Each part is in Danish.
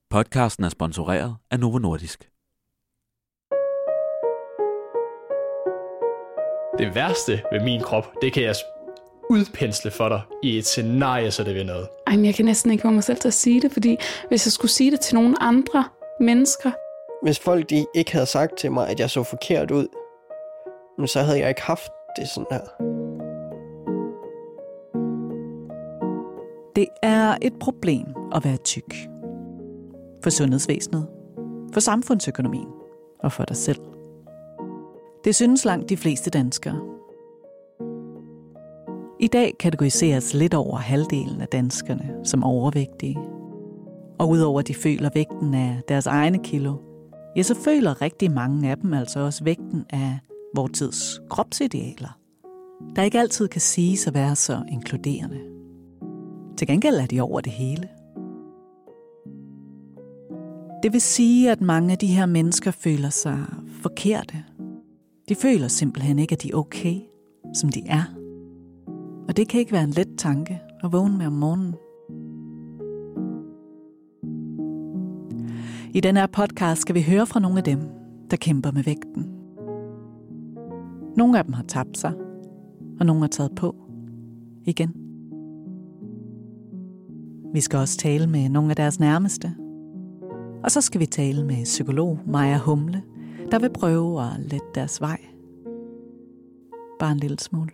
Podcasten er sponsoreret af Novo Nordisk. Det værste ved min krop, det kan jeg udpensle for dig i et scenarie, så det vil noget. Ej, men jeg kan næsten ikke få mig selv til at sige det, fordi hvis jeg skulle sige det til nogle andre mennesker. Hvis folk de ikke havde sagt til mig, at jeg så forkert ud, så havde jeg ikke haft det sådan her. Det er et problem at være tyk. For sundhedsvæsenet, for samfundsøkonomien og for dig selv. Det synes langt de fleste danskere. I dag kategoriseres lidt over halvdelen af danskerne som overvægtige. Og udover de føler vægten af deres egne kilo, ja, så føler rigtig mange af dem altså også vægten af vor tids kropsidealer, der ikke altid kan siges at være så inkluderende. Til gengæld er de over det hele. Det vil sige, at mange af de her mennesker føler sig forkerte. De føler simpelthen ikke, at de er okay, som de er. Og det kan ikke være en let tanke at vågne med om morgenen. I den her podcast skal vi høre fra nogle af dem, der kæmper med vægten. Nogle af dem har tabt sig, og nogle har taget på igen. Vi skal også tale med nogle af deres nærmeste. Og så skal vi tale med psykolog Maja Humle, der vil prøve at lette deres vej. Bare en lille smule.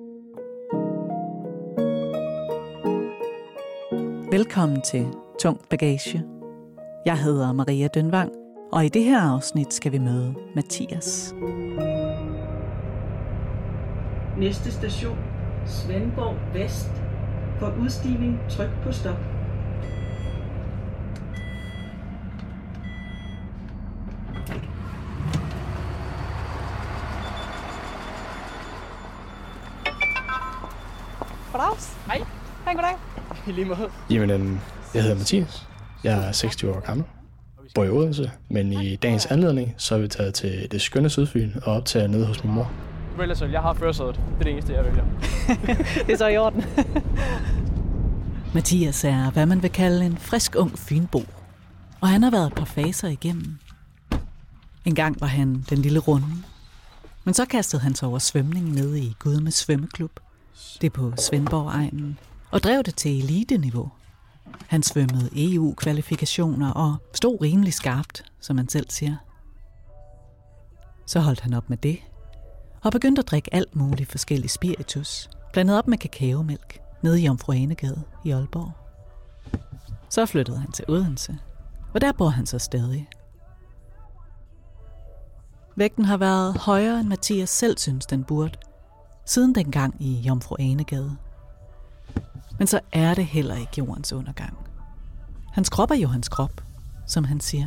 Velkommen til Tung Bagage. Jeg hedder Maria Dønvang, og i det her afsnit skal vi møde Mathias. Næste station, Svendborg Vest. For udstigning, tryk på stop. Goddags. Hej. Hej, goddag. I lige måde. Jamen, jeg hedder Mathias. Jeg er 26 år gammel. Bor i Odense, men i dagens anledning, så er vi taget til det skønne Sydfyn og optager nede hos min mor. Du vælger selv. Jeg har førersædet. Det er det eneste, jeg vælger. Det er så i orden. Mathias er, hvad man vil kalde en frisk ung fynbo. Og han har været et par faser igennem. En gang var han den lille runde. Men så kastede han sig over svømning nede i Gudme Svømmeklub. Det er på Svendborg-egnen. Og drev det til elite-niveau. Han svømmede EU-kvalifikationer og stod rimelig skarpt, som han selv siger. Så holdt han op med det. Og begyndte at drikke alt muligt forskellig spiritus. Blandet op med kakaomælk. Nede i Jomfru Anegade i Aalborg. Så flyttede han til Odense, og der bor han så stadig. Vægten har været højere, end Mathias selv synes, den burde, siden dengang i Jomfru Anegade. Men så er det heller ikke jordens undergang. Hans krop er jo hans krop, som han siger.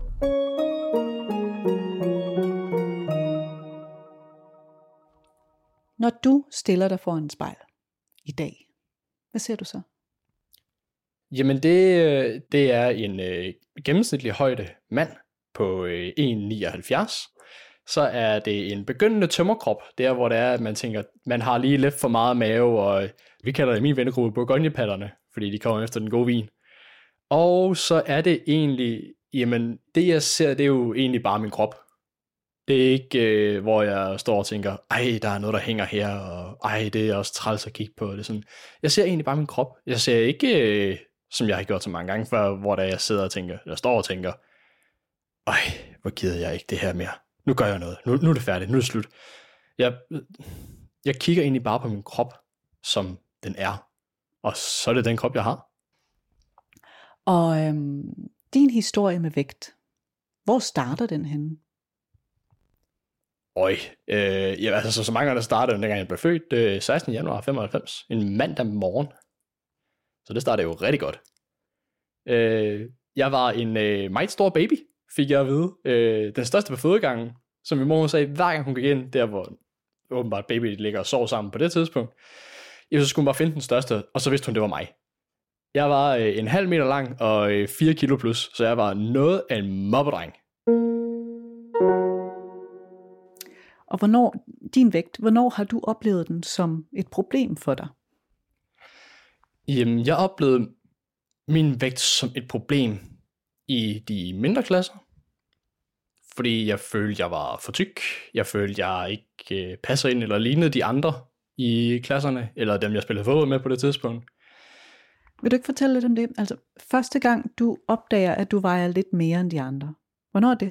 Når du stiller dig foran et spejl i dag, hvad ser du så? Jamen, det er en gennemsnitlig højde mand på 1,79. Så er det en begyndende tømmerkrop, der hvor det er, at man tænker, man har lige lidt for meget mave, og vi kalder det i min vennegruppe bourgognepatterne, fordi de kommer efter den gode vin. Og så er det egentlig, jamen det jeg ser, det er jo egentlig bare min krop. Det er ikke, hvor jeg står og tænker, ej, der er noget, der hænger her, og ej, det er også træls at kigge på. Det sådan. Jeg ser egentlig bare min krop. Jeg ser ikke, som jeg har gjort så mange gange før, hvor der jeg sidder og tænker, eller står og tænker, ej, hvor gider jeg ikke det her mere. Nu gør jeg noget. Nu er det færdigt. Nu er det slut. Jeg kigger egentlig bare på min krop, som den er. Og så er det den krop, jeg har. Og din historie med vægt, hvor starter den henne? Ja, altså så mange gange der startede, dengang jeg blev født, 16. januar 95, en mandag morgen. Så det startede jo rigtig godt. Jeg var en meget stor baby, fik jeg at vide. Den største på fødegangen, som min mor sagde, hver gang hun gik ind, der hvor åbenbart baby ligger og sover sammen på det tidspunkt, så skulle hun bare finde den største, og så vidste hun, det var mig. Jeg var en halv meter lang og 4 kilo plus, så jeg var noget af en mobbedreng. Og din vægt, hvornår har du oplevet den som et problem for dig? Jamen, jeg oplevede min vægt som et problem i de mindre klasser, fordi jeg følte, jeg var for tyk. Jeg følte, jeg ikke passer ind eller lignede de andre i klasserne, eller dem, jeg spillede fodbold med på det tidspunkt. Vil du ikke fortælle lidt om det? Altså, første gang du opdager, at du vejer lidt mere end de andre. Hvornår er det?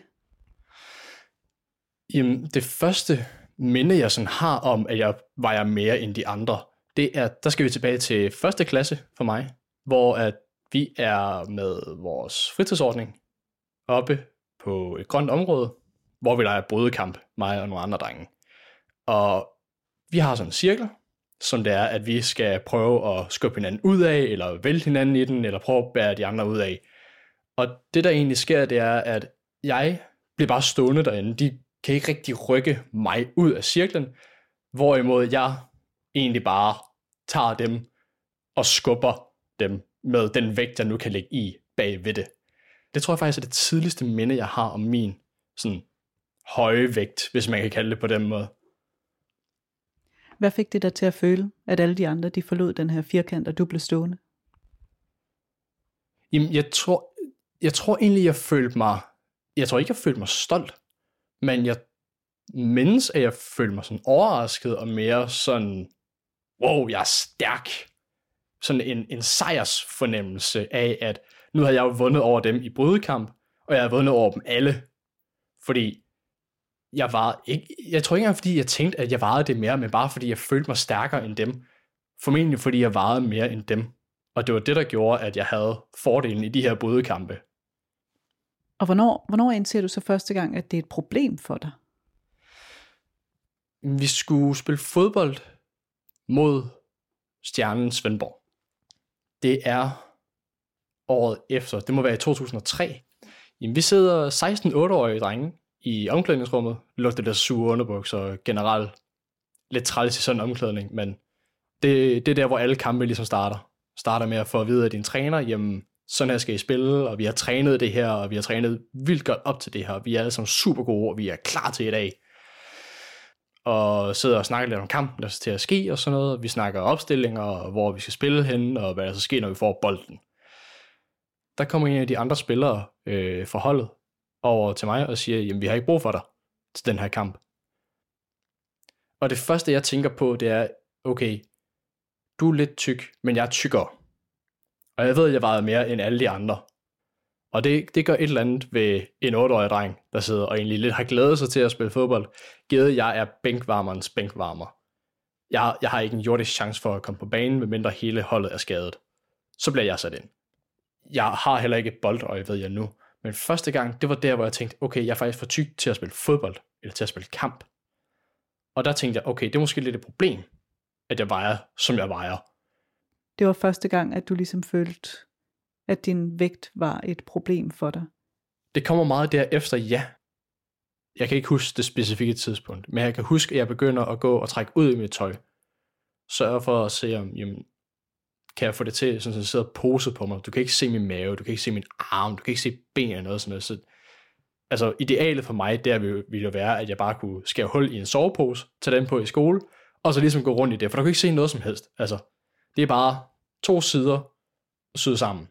Jamen, det første minde, jeg sådan har om, at jeg vejer mere end de andre, det er, der skal vi tilbage til første klasse for mig, hvor at vi er med vores fritidsordning oppe på et grønt område, hvor vi leger brydekamp, mig og nogle andre drenge. Og vi har sådan en cirkel, som det er, at vi skal prøve at skubbe hinanden ud af, eller vælte hinanden i den, eller prøve at bære de andre ud af. Og det, der egentlig sker, det er, at jeg bliver bare stående derinde. De kan ikke rigtig rykke mig ud af cirklen, hvorimod jeg egentlig bare tager dem og skubber dem med den vægt, jeg nu kan lægge i bag ved det. Det tror jeg faktisk er det tidligste minde, jeg har om min sådan høje vægt, hvis man kan kalde det på den måde. Hvad fik det dig til at føle, at alle de andre de forlod den her firkant, og du blev stående? Jamen, jeg tror egentlig, jeg tror ikke, jeg følte mig stolt, men jeg mindes, at jeg følte mig sådan overrasket og mere sådan, wow, jeg er stærk. Sådan en sejrsfornemmelse af, at nu har jeg jo vundet over dem i brydekamp, og jeg har vundet over dem alle. Fordi jeg tror ikke engang, fordi jeg tænkte, at jeg vejede det mere, men bare fordi jeg følte mig stærkere end dem. Formentlig fordi jeg vejede mere end dem. Og det var det, der gjorde, at jeg havde fordelen i de her brydekampe. Og hvornår indser du så første gang, at det er et problem for dig? Vi skulle spille fodbold mod Stjernen Svendborg. Det er året efter. Det må være i 2003. Jamen, vi sidder 16-8-årige drenge i omklædningsrummet. Lugter lidt sure underbukser og generelt lidt træls i sådan en omklædning, men det er der, hvor alle kampe ligesom starter med at få at vide af din træner, jamen, sådan her skal I spille, og vi har trænet det her, og vi har trænet vildt godt op til det her, vi er alle sammen super gode, og vi er klar til i dag. Og sidder og snakker lidt om kampen, der skal til at ske og sådan noget. Vi snakker opstillinger, og hvor vi skal spille henne, og hvad der så sker, når vi får bolden. Der kommer en af de andre spillere fra holdet over til mig og siger, jamen vi har ikke brug for dig til den her kamp. Og det første jeg tænker på, det er, okay, du er lidt tyk, men jeg er tykkere. Og jeg ved, at jeg vejede mere end alle de andre. Og det gør et eller andet ved en 8-årig dreng, der sidder og egentlig lidt har glædet sig til at spille fodbold. Givet jeg er bænkvarmerens bænkvarmer. Jeg har ikke en jordisk chance for at komme på banen, medmindre hele holdet er skadet. Så bliver jeg sat ind. Jeg har heller ikke et boldøje, ved jeg nu. Men første gang, det var der, hvor jeg tænkte, okay, jeg er faktisk for tyk til at spille fodbold, eller til at spille kamp. Og der tænkte jeg, okay, det er måske lidt et problem, at jeg vejer, som jeg vejer. Det var første gang, at du ligesom følte, at din vægt var et problem for dig. Det kommer meget derefter, ja. Jeg kan ikke huske det specifikke tidspunkt, men jeg kan huske, at jeg begynder at gå og trække ud i mit tøj. Sørg for at se, om jamen, kan jeg få det til, sådan at det sidder poset på mig. Du kan ikke se min mave, du kan ikke se min arm, du kan ikke se ben eller noget sådan noget. Så, altså idealet for mig, der ville jo være, at jeg bare kunne skære hul i en sovepose, tage den på i skole, og så ligesom gå rundt i det, for du kan ikke se noget som helst. Altså, det er bare 2 sider syet sammen.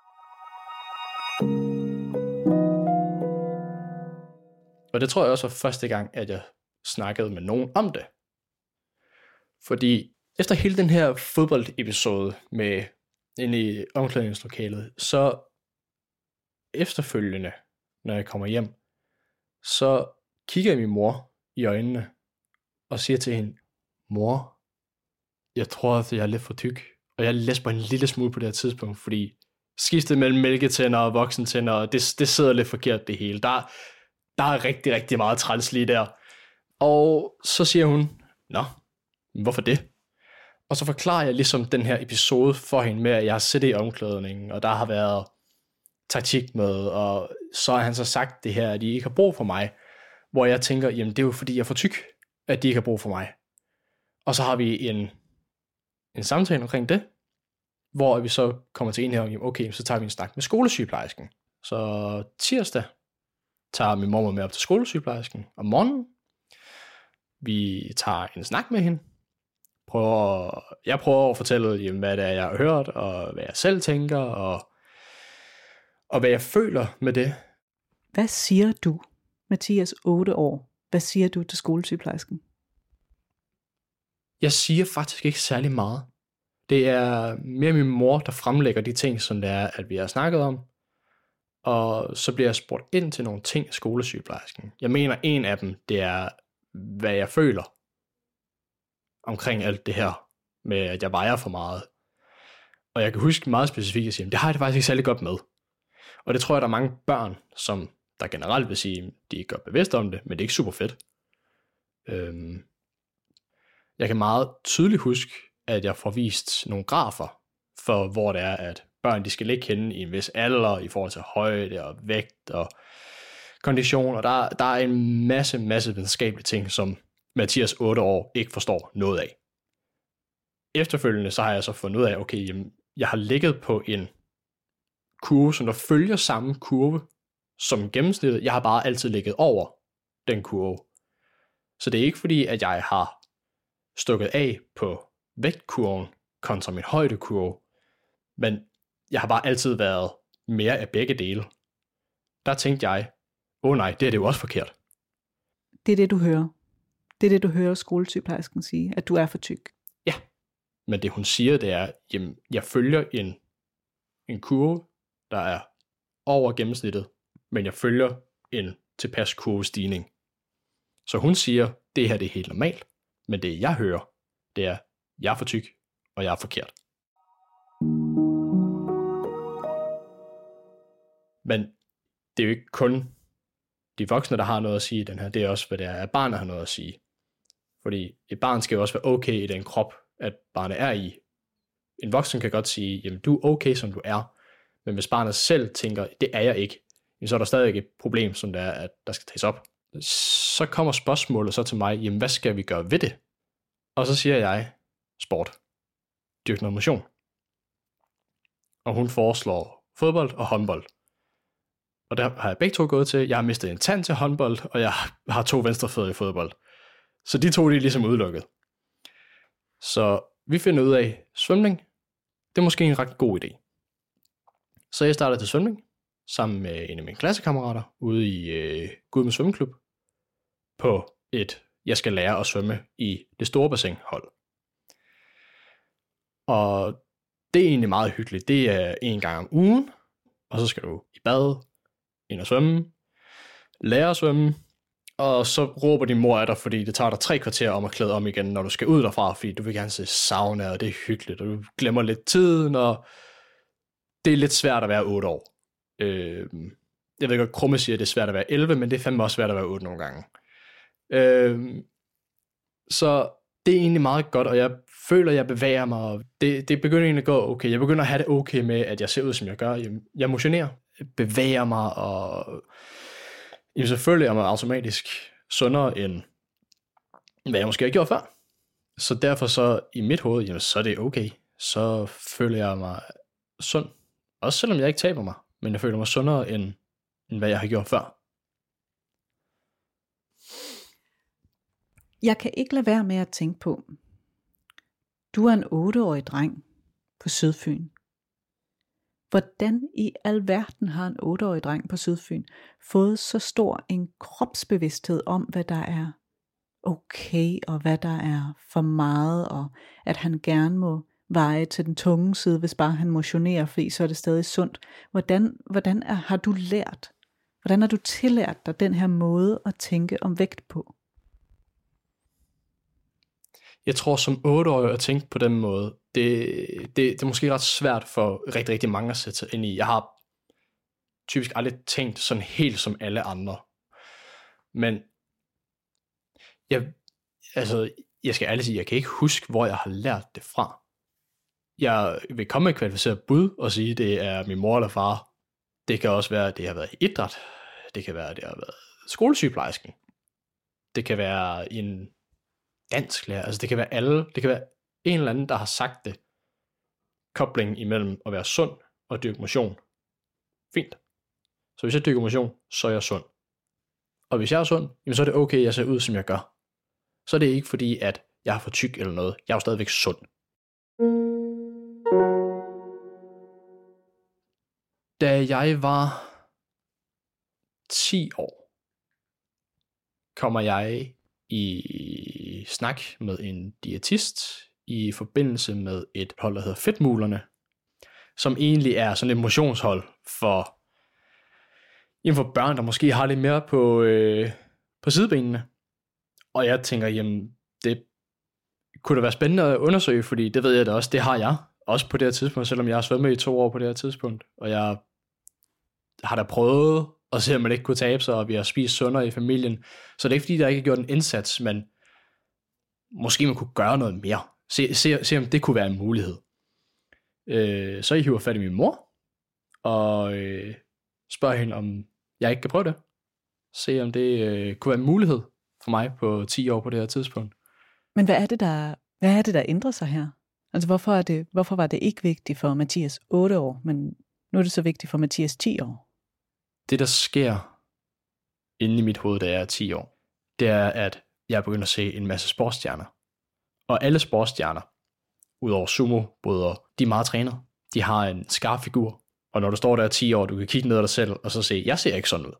Og det tror jeg også var første gang, at jeg snakkede med nogen om det. Fordi efter hele den her fodboldepisode med inde i omklædningslokalet, så efterfølgende, når jeg kommer hjem, så kigger jeg min mor i øjnene og siger til hende, mor, jeg tror, at jeg er lidt for tyk. Og jeg læser en lille smule på det her tidspunkt, fordi skiftet mellem mælketænder og voksentænder, og det sidder lidt forkert det hele. Der er rigtig, rigtig meget træls lige der. Og så siger hun, nå, hvorfor det? Og så forklarer jeg ligesom den her episode for hende med, at jeg har siddet i omklædningen, og der har været taktik med, og så har han så sagt det her, at de ikke har brug for mig, hvor jeg tænker, jamen det er jo fordi, jeg er for tyk, at de ikke har brug for mig. Og så har vi en samtale omkring det, hvor vi så kommer til enighed om, okay, så tager vi en snak med skolesygeplejersken. Så tirsdag tager min mormor med op til skolesygeplejersken om morgenen. Vi tager en snak med hende. Jeg prøver at fortælle, hvad det er, jeg har hørt, og hvad jeg selv tænker, Og hvad jeg føler med det, Hvad siger du, Mathias, 8 år? Hvad siger du til skolesygeplejersken? jeg siger faktisk ikke særlig meget. Det er mere min mor, der fremlægger de ting, som det er, at vi har snakket om. Og så bliver jeg spurgt ind til nogle ting af skolesygeplejersken. Jeg mener, en af dem, det er, hvad jeg føler omkring alt det her, med at jeg vejer for meget. Og jeg kan huske meget specifikt at sige, det har jeg det faktisk ikke særlig godt med. Og det tror jeg, der er mange børn, som der generelt vil sige, de ikke gør bevidst om det, men det er ikke super fedt. Jeg kan meget tydeligt huske, at jeg får vist nogle grafer, for hvor det er, at børn de skal ligge henne i en vis alder, i forhold til højde og vægt og kondition, og der er en masse videnskabelige ting, som Mathias 8 år ikke forstår noget af. Efterfølgende så har jeg så fundet ud af, okay, jamen, jeg har ligget på en kurve, som der følger samme kurve som gennemsnittet. Jeg har bare altid ligget over den kurve. Så det er ikke fordi, at jeg har stukket af på vægtkurven kontra min højdekurve, men jeg har bare altid været mere af begge dele. Der tænkte jeg, nej, det er det jo også forkert. Det er det, du hører. Det er det, du hører skolesygeplejersken sige, at du er for tyk. Ja, men det hun siger, det er, jamen, jeg følger en kurve, der er over gennemsnittet, men jeg følger en tilpas kurvestigning. Så hun siger, det her det er helt normalt, men det jeg hører, det er, jeg er for tyk, og jeg er forkert. Men det er jo ikke kun de voksne, der har noget at sige i den her, det er også, hvad det er, at barnet har noget at sige. Fordi et barn skal jo også være okay i den krop, at barnet er i. En voksen kan godt sige, jamen du er okay, som du er, men hvis barnet selv tænker, det er jeg ikke, så er der stadig et problem, som det er, at der skal tages op. Så kommer spørgsmålet så til mig, jamen hvad skal vi gøre ved det? Og så siger jeg, sport. Dyrk noget motion. Og hun foreslår fodbold og håndbold. Og der har jeg begge to gået til. Jeg har mistet en tand til håndbold, og jeg har 2 venstrefødder i fodbold. Så de 2 de er ligesom udelukket. Så vi finder ud af, svømning, det er måske en ret god idé. Så jeg startede til svømning, sammen med en af mine klassekammerater, ude i Gud med svømmeklub, på jeg skal lære at svømme i det store bassin hold. Og det er egentlig meget hyggeligt. Det er 1 gang om ugen, og så skal du i bad, ind og svømme, lære at svømme, og så råber din mor af dig, fordi det tager dig 3 kvarter om at klæde om igen, når du skal ud derfra, fordi du vil gerne se sauna, og det er hyggeligt, og du glemmer lidt tiden, og det er lidt svært at være 8 år. Jeg ved godt, Krumme siger, at det er svært at være 11, men det er fandme også svært at være 8 nogle gange. Så det er egentlig meget godt, og jeg føler, at jeg bevæger mig, og det begynder egentlig at gå okay. Jeg begynder at have det okay med, at jeg ser ud, som jeg gør. Jeg motionerer, bevæger mig, og selvfølgelig er man automatisk sundere, end hvad jeg måske har gjort før. Så derfor så i mit hoved, jamen, så er det okay. Så føler jeg mig sund. Også selvom jeg ikke taber mig, men jeg føler mig sundere, end hvad jeg har gjort før. Jeg kan ikke lade være med at tænke på, du er en 8-årig dreng på Sydfyn. Hvordan i alverden har en 8-årig dreng på Sydfyn fået så stor en kropsbevidsthed om, hvad der er okay, og hvad der er for meget, og at han gerne må veje til den tunge side, hvis bare han motionerer, fordi så er det stadig sundt. Hvordan har du lært? Hvordan har du tillært dig den her måde at tænke om vægt på? Jeg tror som 8-årig at tænke på den måde, det er måske ret svært for rigtig, rigtig mange at sætte sig ind i. Jeg har typisk aldrig tænkt sådan helt som alle andre. Men jeg skal ærligt sige, jeg kan ikke huske, hvor jeg har lært det fra. Jeg vil komme med et kvalificeret bud og sige, at det er min mor eller far. Det kan også være, at det har været i idræt. Det kan være, at det har været skolesygeplejersken. Det kan være en dansk lærer. Altså det kan være alle. Det kan være en eller anden, der har sagt det. Koblingen imellem at være sund og dyrke motion. Fint. Så hvis jeg dyrker motion, så er jeg sund. Og hvis jeg er sund, så er det okay, at jeg ser ud, som jeg gør. Så er det ikke fordi, at jeg er for tyk eller noget. Jeg er jo stadigvæk sund. Da jeg var 10 år, kommer jeg i snak med en diætist i forbindelse med et hold, der hedder Fedtmuglerne, som egentlig er sådan et motionshold for børn, der måske har lidt mere på sidebenene. Og jeg tænker, jamen, det kunne da være spændende at undersøge, fordi det ved jeg da også, det har jeg. Også på det her tidspunkt, selvom jeg har svømmet i 2 år på det her tidspunkt. Og jeg har da prøvet at se, om man ikke kunne tabe sig, og vi har spist sundere i familien. Så det er ikke fordi, der ikke har gjort en indsats, men måske man kunne gøre noget mere. Se om det kunne være en mulighed. Så jeg hiver fat i min mor, og spørger hende, om jeg ikke kan prøve det. Se om det kunne være en mulighed for mig på 10 år på det her tidspunkt. Men hvad er det, der ændrer sig her? Altså hvorfor var det ikke vigtigt for Mathias 8 år, men nu er det så vigtigt for Mathias 10 år? Det, der sker inde i mit hoved, da jeg er 10 år, det er, at jeg begynder at se en masse sportsstjerner. Og alle sportsstjerner, udover sumo-brydere, de er meget trænet. De har en skarp figur. Og når du står der 10 år, du kan kigge ned ad dig selv, og så se, jeg ser ikke sådan ud.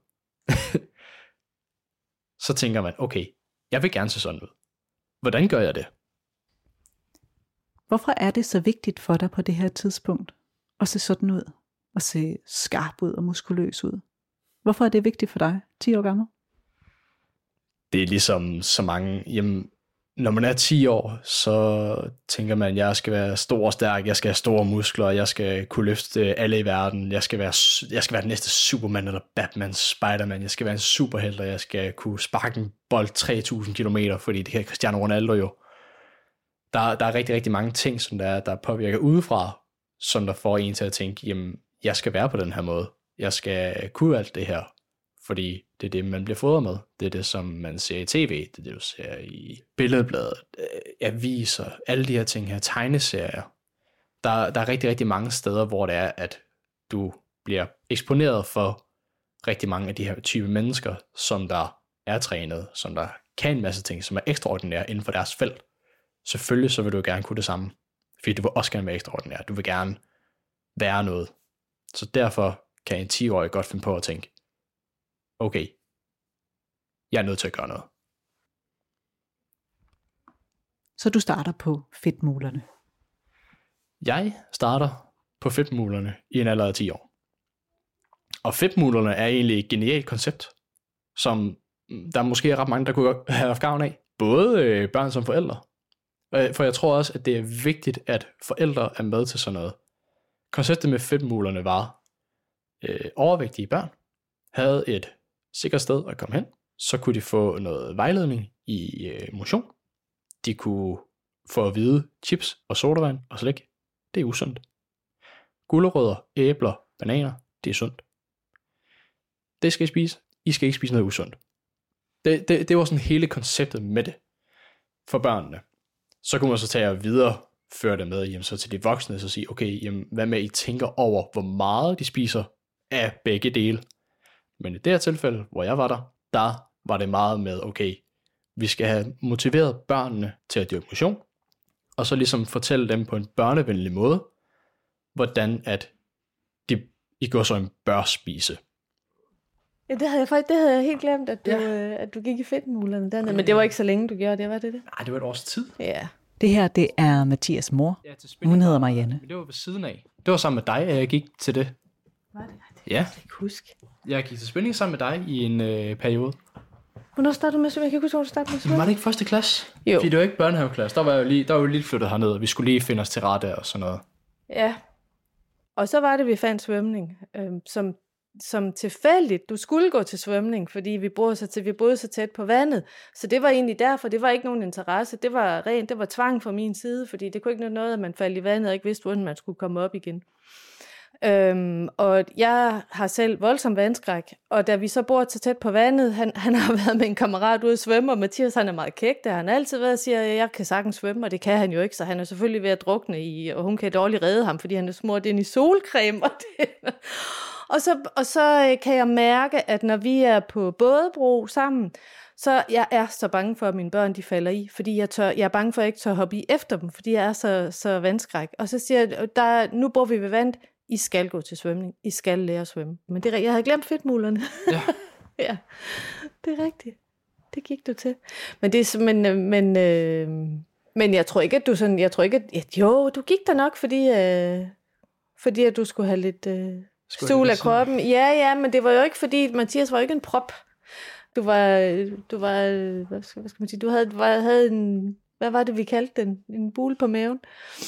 Så tænker man, okay, jeg vil gerne se sådan ud. Hvordan gør jeg det? Hvorfor er det så vigtigt for dig på det her tidspunkt at se sådan ud? At se skarp ud og muskuløs ud? Hvorfor er det vigtigt for dig, 10 år gammel? Det er ligesom så mange, jamen, når man er 10 år, så tænker man, at jeg skal være stor og stærk, jeg skal have store muskler, jeg skal kunne løfte alle i verden, jeg skal være den næste Superman eller Batman, Spiderman, jeg skal være en superhelt, og jeg skal kunne sparke en bold 3.000 kilometer, fordi det kan Cristiano Ronaldo jo. Der er rigtig, rigtig mange ting, som der påvirker udefra, som der får en til at tænke, jamen, jeg skal være på den her måde, jeg skal kunne alt det her, fordi det er det, man bliver fodret med. Det er det, som man ser i tv, det er det, du ser i billedbladet, aviser, alle de her ting her, tegneserier. Der er rigtig, rigtig mange steder, hvor det er, at du bliver eksponeret for rigtig mange af de her type mennesker, som der er trænet, som der kan en masse ting, som er ekstraordinære inden for deres felt. Selvfølgelig så vil du gerne kunne det samme, fordi du vil også gerne være ekstraordinær. Du vil gerne være noget. Så derfor kan en 10-årig godt finde på at tænke, okay, jeg er nødt til at gøre noget. Så du starter på Fedtmuglerne? Jeg starter på Fedtmuglerne i en alder af 10 år. Og Fedtmuglerne er egentlig et genialt koncept, som der måske er ret mange, der kunne have haft gavn af. Både børn som forældre. For jeg tror også, at det er vigtigt, at forældre er med til sådan noget. Konceptet med Fedtmuglerne var, overvægtige børn havde et sikkert sted at komme hen. Så kunne de få noget vejledning i motion. De kunne få at vide, chips og sodavand og slik, det er usundt. Gulerødder, æbler, bananer, det er sundt. Det skal I spise. I skal ikke spise noget usundt. Det var sådan hele konceptet med det for børnene. Så kunne man så tage og videreføre det med, jamen, så til de voksne, så sige, okay, jamen, hvad med I tænker over, hvor meget de spiser af begge dele. Men i det her tilfælde, hvor jeg var der var det meget med, okay, vi skal have motiveret børnene til at dyrke motion, og så ligesom fortælle dem på en børnevenlig måde, hvordan at de i går så en bør spise. Ja, det havde jeg helt glemt, at du gik i Fedtmuglerne dernede. Men det var ikke så længe, du gjorde det, var det? Nej, det var et års tid. Ja. Det her, det er Mathias' mor. Ja, hun hedder Marianne. Men det var ved siden af. Det var sammen med dig, at jeg gik til det. Var det? Ja. Jeg kan ikke huske. Jeg gik til spænding sammen med dig i en periode. Hvornår startede du med svømning? Jeg kan ikke huske, hvor du startede med svømning. Var det ikke første klasse? Jo. Fordi det var ikke børnehaveklasse. Der var jo lige flyttet herned, og vi skulle lige finde os til rette og sådan noget. Ja. Og så var det, vi fandt svømning, som tilfældigt. Du skulle gå til svømning, fordi vi boede så tæt på vandet. Så det var egentlig derfor, det var ikke nogen interesse. Det var tvang fra min side, fordi det kunne ikke noget, at man faldt i vandet og ikke vidste, hvordan man skulle komme op igen. Og jeg har selv voldsom vandskræk, og da vi så bor så tæt på vandet, han har været med en kammerat ude at svømme, og Mathias, han er meget kæk, der han altid været og siger, jeg kan sagtens svømme, og det kan han jo ikke, så han er selvfølgelig ved at drukne i, og hun kan dårligt redde ham, fordi han er smurt ind i solcreme, og så kan jeg mærke, at når vi er på bådebro sammen, så jeg er så bange for, at mine børn de falder i, fordi jeg er bange for, at jeg ikke tør hoppe i efter dem, fordi jeg er så vandskræk. Og så siger jeg, nu bor vi ved vand, I skal gå til svømning. I skal lære at svømme. Men det er, jeg havde glemt fedtmulerne. Ja. Ja, det er rigtigt. Det gik du til. Men jeg tror ikke, at du sådan... Jeg tror ikke, at... Jo, du gik der nok, fordi at du skulle have lidt sul af kroppen. Ja, men det var jo ikke, fordi Mathias var jo ikke en prop. Du var hvad skal man sige? Du havde en... Hvad var det, vi kaldte den? En bule på maven?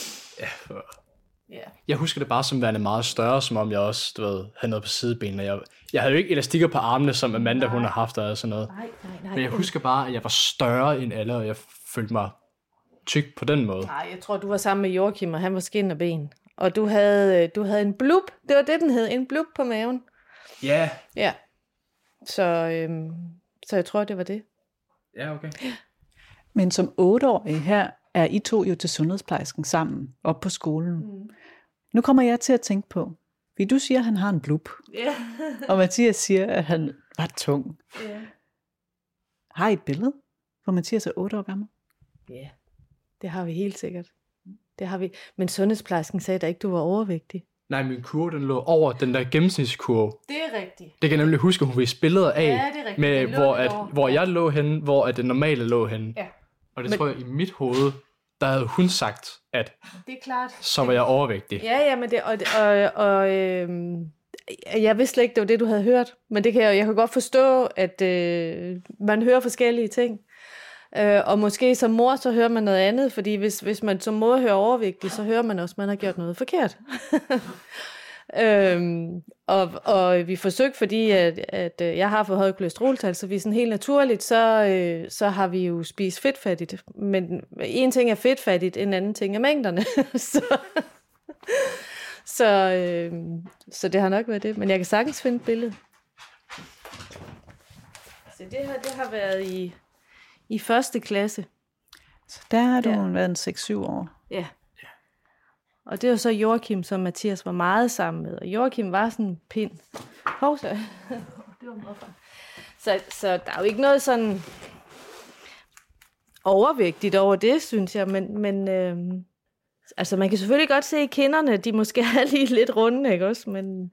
Ja. Jeg husker det bare som værende meget større, som om jeg også, havde noget på sidebenene. Jeg havde jo ikke elastikker på armene, som Amanda, hun har haft og sådan noget. Nej. Men jeg husker bare, at jeg var større end alle, og jeg følte mig tyk på den måde. Nej, jeg tror, du var sammen med Joachim, og han var skin og ben. Og du havde en blub. Det var det, den hed. En blub på maven. Ja. Ja. Så jeg tror, det var det. Ja, okay. Men som 8-årige her er I to jo til sundhedsplejersken sammen, op på skolen. Mm. Nu kommer jeg til at tænke på, fordi du siger, at han har en blub, og Mathias siger, at han var tung. Yeah. Har I et billede, hvor Mathias er 8 år gammel? Ja, det har vi helt sikkert. Det har vi. Men sundhedsplejersken sagde da ikke, du var overvægtig. Nej, min kurve, den lå over den der gennemsnitskurve. Det er rigtigt. Det kan jeg nemlig huske, at hun viste billeder af, ja, det er rigtigt. med, hvor jeg lå henne, hvor det normale lå henne. Ja. Og det tror jeg, i mit hoved, der havde hun sagt, at det er klart. Så var jeg overvægtig. Ja, men det, jeg vidste slet ikke, det var det, du havde hørt. Men det kan jeg kan godt forstå, at man hører forskellige ting. Og måske som mor, så hører man noget andet, fordi hvis man som mor hører overvægtig, så hører man også, at man har gjort noget forkert. Og vi forsøgte, fordi at jeg har fået højt kolesteroltal, så vi sådan helt naturligt, så har vi jo spist fedtfattigt. Men en ting er fedtfattigt, en anden ting er mængderne. Så det har nok været det. Men jeg kan sagtens finde et billede. Så det har været i første klasse. Så der har du været en 6-7 år. Ja. Og det var så Joachim, som Mathias var meget sammen med. Og Joachim var sådan en pind. Så. Det var meget så der er jo ikke noget sådan overvægtigt over det, synes jeg. Men altså man kan selvfølgelig godt se i kinderne, de måske er lige lidt runde, ikke også? Men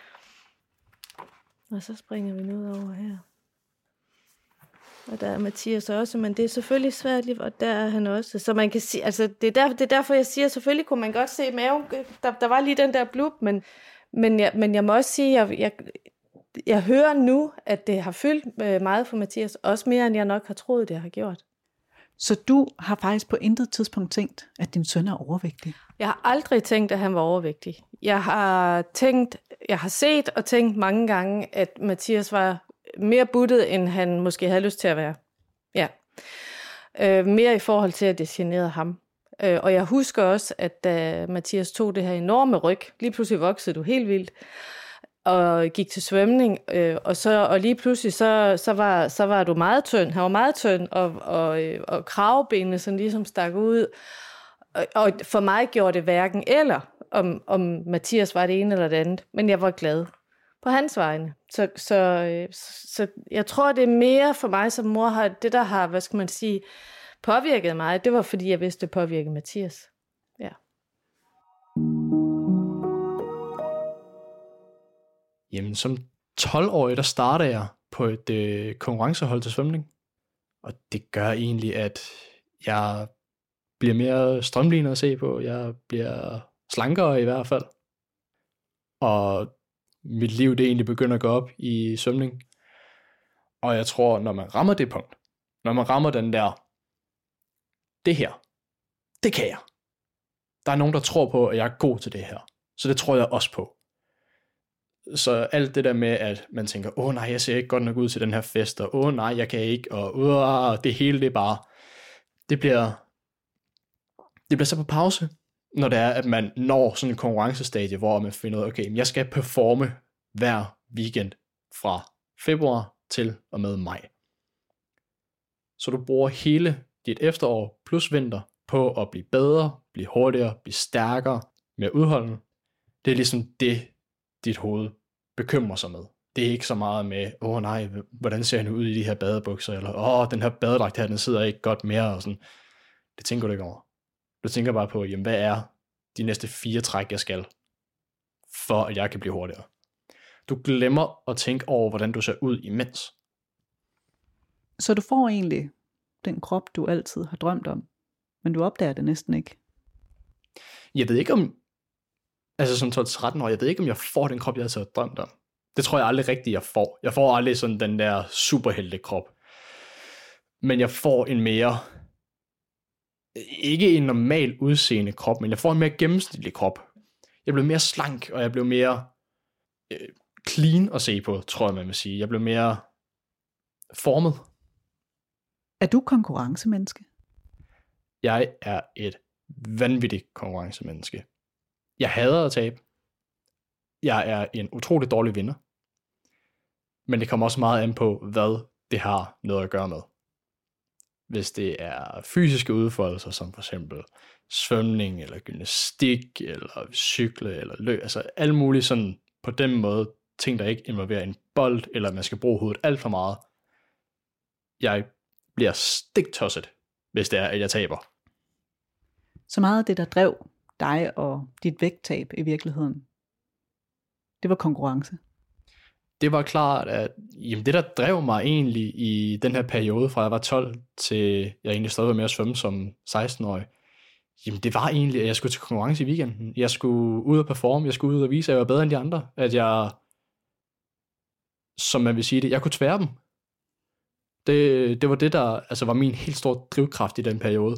og så springer vi noget over her. Og der er Mathias også, men det er selvfølgelig svært, og der er han også. Så man kan sige, altså det er derfor, jeg siger, selvfølgelig kunne man godt se maven. Der var lige den der blub, men jeg må også sige, jeg hører nu, at det har fyldt meget for Mathias, også mere end jeg nok har troet, det har gjort. Så du har faktisk på intet tidspunkt tænkt, at din søn er overvægtig? Jeg har aldrig tænkt, at han var overvægtig. Jeg har set og tænkt mange gange, at Mathias var mere buttet, end han måske havde lyst til at være. Ja. Mere i forhold til, at det generede ham. Og jeg husker også, at da Mathias tog det her enorme ryg, lige pludselig voksede du helt vildt, og gik til svømning, og lige pludselig så var du meget tynd. Han var meget tynd, og kravebenene sådan ligesom stak ud. Og for mig gjorde det hverken eller, om Mathias var det ene eller det andet, men jeg var glad på hans vegne. Så jeg tror, det er mere for mig som mor, det der har, hvad skal man sige, påvirket mig, det var fordi, jeg vidste, det påvirkede Mathias. Ja. Jamen, som 12-årig, der starter jeg på et konkurrencehold til svømning. Og det gør egentlig, at jeg bliver mere strømlignet at se på. Jeg bliver slankere i hvert fald. Og mit liv, det egentlig begynder at gå op i svømning. Og jeg tror, når man rammer det punkt, når man rammer den der, det her, det kan jeg. Der er nogen, der tror på, at jeg er god til det her. Så det tror jeg også på. Så alt det der med, at man tænker, nej, jeg ser ikke godt nok ud til den her fest, og nej, jeg kan ikke, og det hele, det er bare, det bliver så på pause, når det er, at man når sådan en konkurrencestadie, hvor man finder ud af, okay, jeg skal performe hver weekend fra februar til og med maj. Så du bruger hele dit efterår plus vinter på at blive bedre, blive hurtigere, blive stærkere, mere udholdende. Det er ligesom det, dit hoved bekymrer sig med. Det er ikke så meget med, nej, hvordan ser han ud i de her badebukser, eller den her badedragt her, den sidder ikke godt mere, og sådan. Det tænker du ikke over. Du tænker bare på, jamen, hvad er de næste 4 træk, jeg skal, for at jeg kan blive hurtigere. Du glemmer at tænke over, hvordan du ser ud imens. Så du får egentlig den krop, du altid har drømt om, men du opdager det næsten ikke. Jeg ved ikke om, altså som 12-13 år, jeg ved ikke om jeg får den krop, jeg altid har drømt om. Det tror jeg aldrig rigtigt, jeg får. Jeg får aldrig sådan den der superheltekrop. Men jeg får en mere, ikke en normal udseende krop, men jeg får en mere gennemsnitlig krop. Jeg blev mere slank, og jeg blev mere clean at se på, tror jeg, man vil sige. Jeg blev mere formet. Er du konkurrencemenneske? Jeg er et vanvittigt konkurrencemenneske. Jeg hader at tabe. Jeg er en utrolig dårlig vinder. Men det kommer også meget an på, hvad det har noget at gøre med. Hvis det er fysiske udfoldelser, som for eksempel svømning, eller gymnastik, eller cykle, eller løb, altså alle mulige sådan på den måde, ting der ikke involverer en bold, eller man skal bruge hovedet alt for meget. Jeg bliver stiktosset, hvis det er, at jeg taber. Så meget af det, der drev dig og dit vægttab i virkeligheden, det var konkurrence. Det var klart, at jamen, det der drev mig egentlig i den her periode, fra jeg var 12 til jeg egentlig stadig var med at svømme som 16-årig, jamen det var egentlig, at jeg skulle til konkurrence i weekenden. Jeg skulle ud og performe, jeg skulle ud og vise, at jeg var bedre end de andre. At jeg, som man vil sige det, jeg kunne tvære dem. Det var det, der altså var min helt store drivkraft i den periode.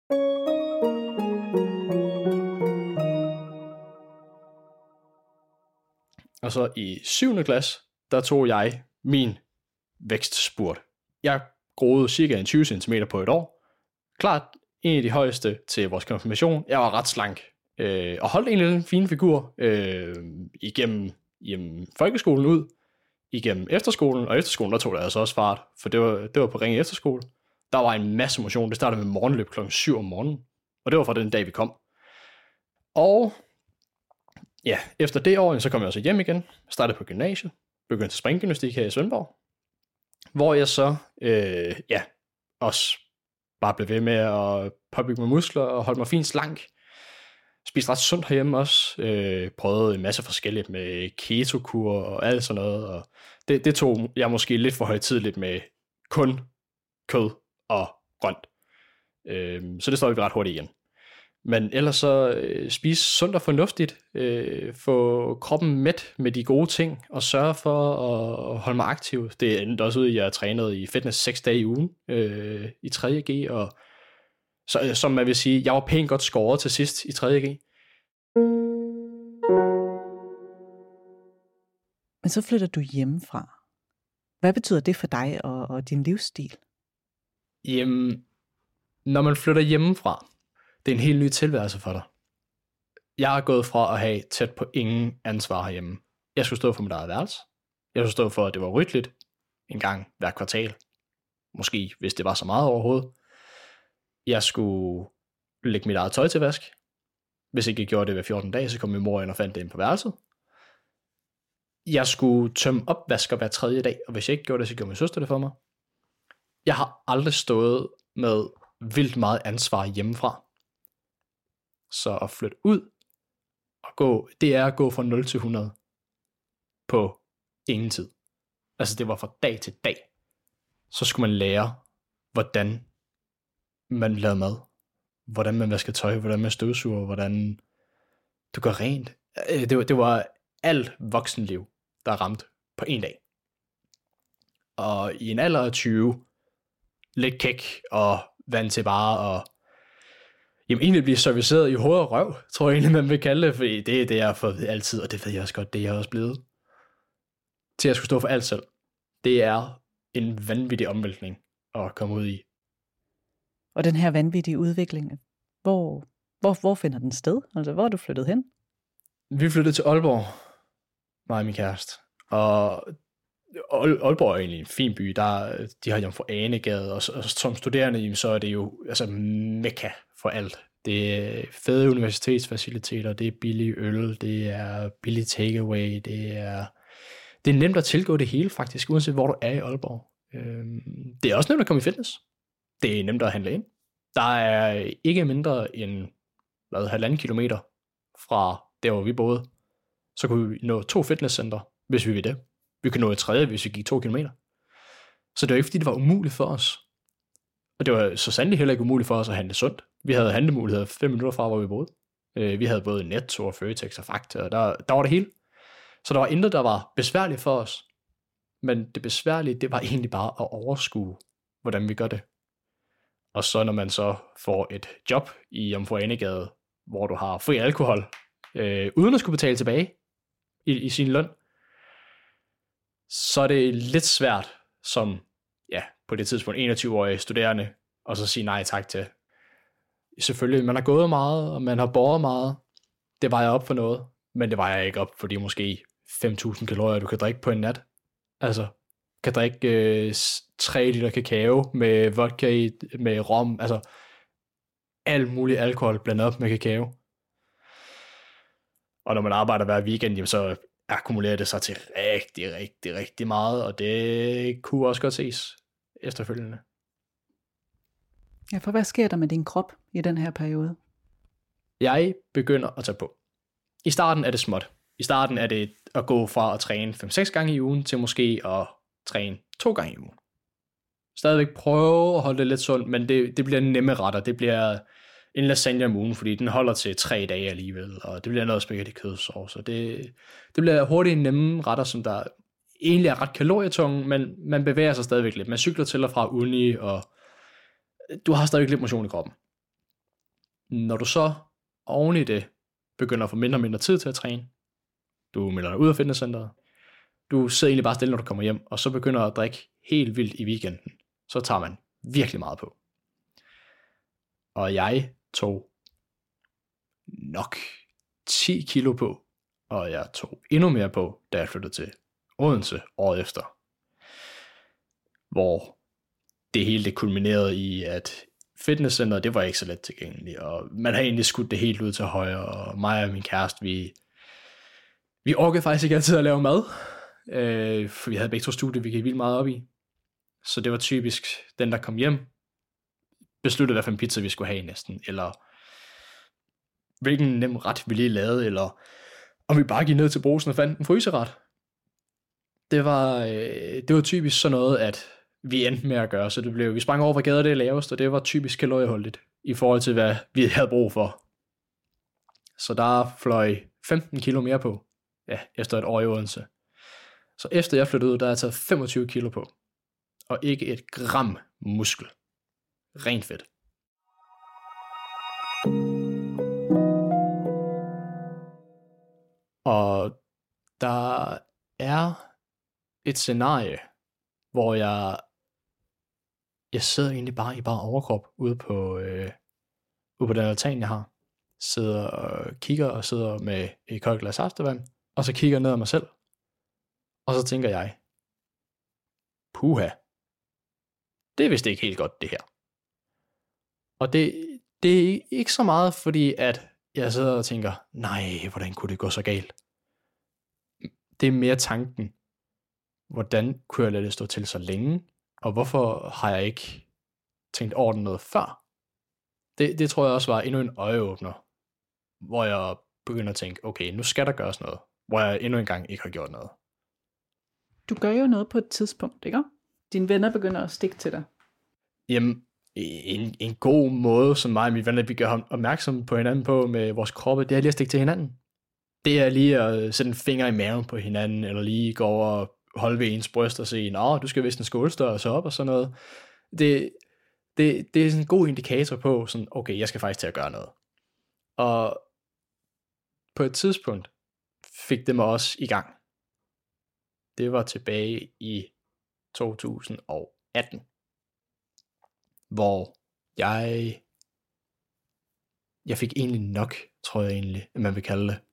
Og så i 7. klasse, der tog jeg min vækstspurt. Jeg groede cirka 20 cm på et år. Klart en af de højeste til vores konfirmation. Jeg var ret slank og holdt egentlig en fin figur igennem folkeskolen ud, igennem efterskolen, og efterskolen der tog det altså også fart, for det var på Ringe Efterskole. Der var en masse motion. Det startede med morgenløb klokken 7 om morgenen, og det var fra den dag, vi kom. Og ja, efter det år, så kom jeg også hjem igen, startede på gymnasiet, begyndte til springgymnastik her i Svendborg, hvor jeg så, også bare blev ved med at påbygge mig muskler og holde mig fint slank. Spiste ret sundt herhjemme også, prøvede en masse forskelligt med ketokur og alt sådan noget, og det tog jeg måske lidt for højtideligt med kun kød og grønt. Så det står vi ret hurtigt igen. Men ellers så spise sundt og fornuftigt, få kroppen mæt med de gode ting, og sørge for at holde mig aktiv. Det endte også ud, at jeg trænede i fitness 6 dage i ugen i 3.G, og så, som man vil sige, jeg var pænt godt skåret til sidst i 3.G. Men så flytter du hjemmefra. Hvad betyder det for dig og din livsstil? Jamen, når man flytter hjemmefra, det er en helt ny tilværelse for dig. Jeg er gået fra at have tæt på ingen ansvar herhjemme. Jeg skulle stå for mit eget værelse. Jeg skulle stå for, at det var ryddeligt en gang hver kvartal. Måske, hvis det var så meget overhovedet. Jeg skulle lægge mit eget tøj til vask. Hvis ikke jeg gjorde det hver 14 dage, så kom min mor ind og fandt det ind på værelset. Jeg skulle tømme opvasker hver 3. dag, og hvis jeg ikke gjorde det, så gjorde min søster det for mig. Jeg har aldrig stået med vildt meget ansvar hjemmefra. Så at flytte ud og gå, det er at gå fra 0 til 100 på ingen tid. Altså det var fra dag til dag. Så skulle man lære, hvordan man lavede mad, hvordan man vasker tøj, hvordan man støvsuger, hvordan du gør rent. Det var alt voksenliv, der ramte på en dag. Og i en alder af 20, lidt kæk og vant til bare at egentlig blive serviceret i hoved og røv, tror jeg egentlig, man vil kalde det, fordi det er det, jeg har fået altid, og det ved jeg også godt, det er jeg også blevet. Til at skulle stå for alt selv. Det er en vanvittig omvæltning at komme ud i. Og den her vanvittige udvikling, hvor finder den sted? Altså, hvor er du flyttet hen? Vi flyttede til Aalborg, mig og min kæreste. Og Aalborg er egentlig en fin by. De har Jomfru Ane-gade, og som studerende, så er det jo altså mekka for alt. Det er fede universitetsfaciliteter, det er billig øl, det er billig takeaway, det er nemt at tilgå det hele faktisk, uanset hvor du er i Aalborg. Det er også nemt at komme i fitness. Det er nemt at handle ind. Der er ikke mindre end 1,5 kilometer fra der, hvor vi boede, Så kunne vi nå 2 fitnesscenter, hvis vi ville det. Vi kunne nå et tredje, hvis vi gik 2 kilometer. Så det var ikke, fordi det var umuligt for os. Og det var så sandelig heller ikke umuligt for os at handle sundt. Vi havde handlemuligheder 5 minutter fra, hvor vi boede. Vi havde både Netto og Føtex og Fakta, og der var det hele. Så der var intet, der var besværligt for os. Men det besværlige, det var egentlig bare at overskue, hvordan vi gør det. Og så når man så får et job i Jomfru Anegade, hvor du har fri alkohol, uden at skulle betale tilbage i sin løn, så er det lidt svært som, på det tidspunkt 21-årig studerende, og så sige nej tak til. Selvfølgelig, man har gået meget, og man har båret meget. Det vejer op for noget, men det vejer ikke op for de måske 5.000 kalorier, du kan drikke på en nat. Altså, kan drikke 3 liter kakao med vodka i, med rom, altså alt muligt alkohol blandet op med kakao. Og når man arbejder hver weekend, så akkumulerer det sig til rigtig meget, og det kunne også godt ses efterfølgende. Ja, for hvad sker der med din krop i den her periode? Jeg begynder at tage på. I starten er det småt. I starten er det at gå fra at træne 5-6 gange i ugen, til måske at træne 2 gange i ugen. Stadigvæk prøve at holde det lidt sundt, men det bliver nemme retter. Det bliver en lasagne om ugen, fordi den holder til 3 dage alligevel, og det bliver noget spaghetti kødsovs. Det bliver hurtigt nemme retter, som der egentlig er ret kalorietunge, men man bevæger sig stadigvæk lidt. Man cykler til og fra uni, og du har stadigvæk lidt motion i kroppen. Når du så oven i det begynder at få mindre og mindre tid til at træne, du melder dig ud af fitnesscenteret, du sidder egentlig bare stille, når du kommer hjem, og så begynder at drikke helt vildt i weekenden, så tager man virkelig meget på. Og jeg tog nok 10 kilo på, og jeg tog endnu mere på, da jeg flyttede til Odense året efter. Hvor det hele det kulminerede i, at fitnesscenteret, det var ikke så let tilgængeligt, og man har egentlig skudt det helt ud til højre, og mig og min kæreste, vi orkede faktisk ikke altid at lave mad, for vi havde begge 2 studier, vi gik vildt meget op i. Så det var typisk den, der kom hjem, besluttede, hvad for en pizza vi skulle have næsten, eller hvilken nem ret vi lige lavede, eller om vi bare gik ned til Brugsen og fandt en fryseret. Det var typisk sådan noget, at vi endte med at gøre, så vi sprang over, hvad gader det lavest, og det var typisk kalorieholdigt, i forhold til, hvad vi havde brug for. Så der fløj 15 kilo mere på, efter et år i Odense. Så efter jeg flyttede ud, der har jeg taget 25 kilo på, og ikke et gram muskel. Rent fedt. Og der er et scenarie, hvor jeg sidder egentlig bare i overkrop ude på den altan, jeg har. Sidder og kigger og sidder med et koldt glas saftevand, og så kigger ned ad mig selv. Og så tænker jeg, puha, det er vist ikke helt godt det her. Og det er ikke så meget, fordi at jeg sidder og tænker, nej, hvordan kunne det gå så galt? Det er mere tanken, hvordan kunne jeg lade det stå til så længe, og hvorfor har jeg ikke tænkt over den noget før? Det tror jeg også var endnu en øjeåbner, hvor jeg begynder at tænke, okay, nu skal der gøres noget, hvor jeg endnu engang ikke har gjort noget. Du gør jo noget på et tidspunkt, ikke? Dine venner begynder at stikke til dig. Jamen, en god måde, som mig og mine venner, vi gør opmærksom på hinanden på med vores kroppe, det er lige at stikke til hinanden. Det er lige at sætte en finger i maven på hinanden, eller lige gå over og holde ved ens bryst og sige, du skal vist en skålstørrelse op og sådan noget. Det er sådan en god indikator på, sådan, okay, jeg skal faktisk til at gøre noget. Og på et tidspunkt fik det mig også i gang. Det var tilbage i 2018, hvor jeg fik egentlig nok, tror jeg egentlig, at man vil kalde det.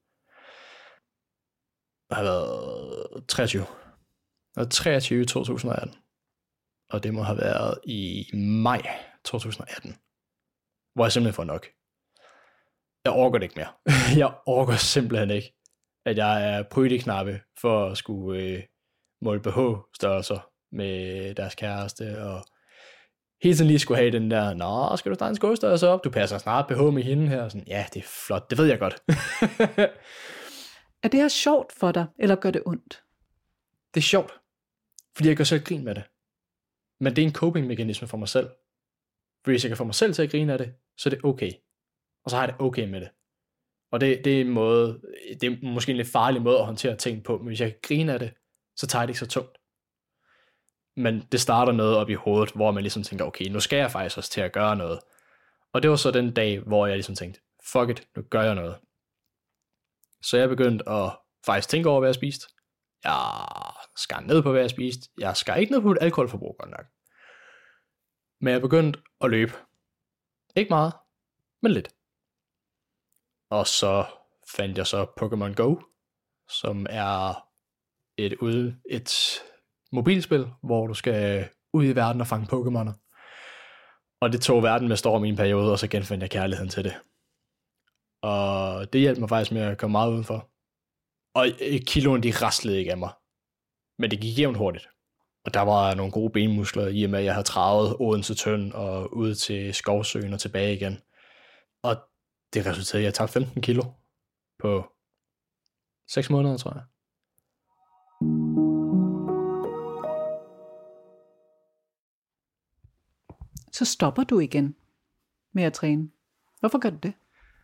Jeg har været 23. Og 23 i 2018. Og det må have været i maj 2018, hvor jeg simpelthen får nok. Jeg orker det ikke mere. Jeg orker simpelthen ikke, at jeg er prydeknappe for at skulle måle BH-størrelser med deres kæreste, og hele tiden lige skulle have den der, skal du starte en skålstørrelse op? Du passer snart BH med hende her. Sådan, ja, det er flot, det ved jeg godt. Er det her sjovt for dig, eller gør det ondt? Det er sjovt, fordi jeg gør selv grin med det. Men det er en coping-mekanisme for mig selv. Hvis jeg kan få mig selv til at grine af det, så er det okay. Og så har jeg det okay med det. Og det er måske en lidt farlig måde at håndtere ting på, men hvis jeg kan grine af det, så tager jeg det ikke så tungt. Men det starter noget op i hovedet, hvor man ligesom tænker, okay, nu skal jeg faktisk også til at gøre noget. Og det var så den dag, hvor jeg ligesom tænkte, fuck it, nu gør jeg noget. Så jeg begyndte at faktisk tænke over, hvad jeg spiste. Jeg skar ned på, hvad jeg spiste. Jeg skar ikke ned på et alkoholforbrug, godt nok. Men jeg begyndte at løbe. Ikke meget, men lidt. Og så fandt jeg så Pokémon Go, som er et mobilspil, hvor du skal ud i verden og fange Pokémoner. Og det tog verden med storm i en periode, og så genfandt jeg kærligheden til det. Og det hjalp mig faktisk med at komme meget udenfor. Og kiloen, de raslede ikke af mig. Men det gik jævnt hurtigt. Og der var nogle gode benmuskler, i og med at jeg havde travet Odense Tønd og ud til Skovsøen og tilbage igen. Og det resulterede i, at jeg tabte 15 kilo på 6 måneder, tror jeg. Så stopper du igen med at træne. Hvorfor gør du det?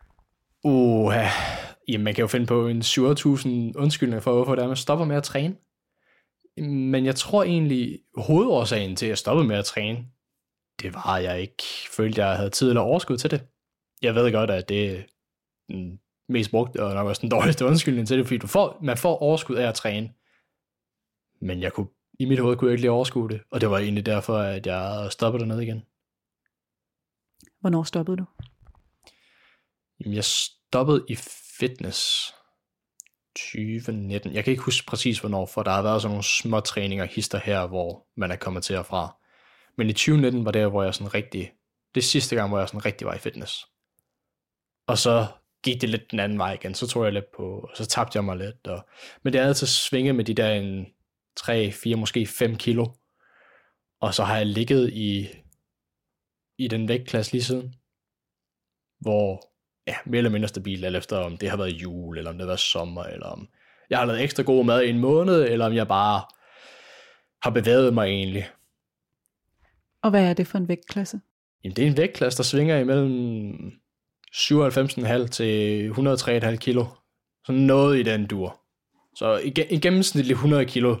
Jamen, man kan jo finde på en 7.000 undskyldninger for, hvorfor det er, man stopper med at træne. Men jeg tror egentlig, hovedårsagen til, at jeg stoppede med at træne, det var, at jeg ikke følte, jeg havde tid eller overskud til det. Jeg ved godt, at det er den mest brugte, og nok også den dårligste undskyldning til det, fordi man får overskud af at træne. Men i mit hoved kunne jeg ikke lige overskue det, og det var egentlig derfor, at jeg stoppede dernede igen. Hvornår stoppede du? Jamen, jeg stoppede i fitness 2019. Jeg kan ikke huske præcis hvornår, for der har været sådan nogle små træninger hister her, hvor man er kommet til og fra. Men i 2019 var det, hvor jeg sådan rigtig, det sidste gang, hvor jeg sådan rigtig var i fitness. Og så gik det lidt den anden vej igen, så tog jeg lidt på, og så tabte jeg mig lidt. Men det er altid svinget med de der 3, 4, måske 5 kilo. Og så har jeg ligget i den vægtklasse lige siden, hvor mere eller mindre stabilt, alt efter om det har været jul, eller om det har været sommer, eller om jeg har lavet ekstra god mad i en måned, eller om jeg bare har bevæget mig egentlig. Og hvad er det for en vægtklasse? Jamen, det er en vægtklasse, der svinger imellem 97,5 til 103,5 kilo. Så noget i den dur. Så i gennemsnitlig 100 kilo,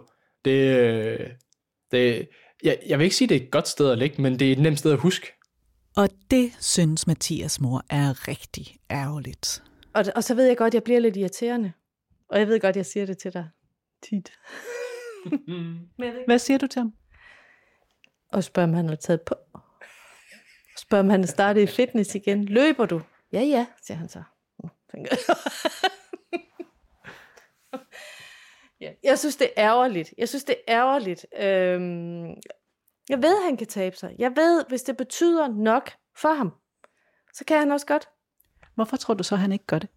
jeg vil ikke sige, det er et godt sted at ligge, men det er et nemt sted at huske. Og det synes Mathias mor er rigtig ærgerligt. Og så ved jeg godt, jeg bliver lidt irriterende. Og jeg ved godt, jeg siger det til dig tit. Hvad siger du til ham? Og spørger, om han har taget på. Spørger, om han er startet i fitness igen. Løber du? Ja, siger han så. Ja. Jeg synes, det er ærgerligt. Jeg ved, at han kan tabe sig. Jeg ved, hvis det betyder nok for ham, så kan han også godt. Hvorfor tror du så, han ikke gør det?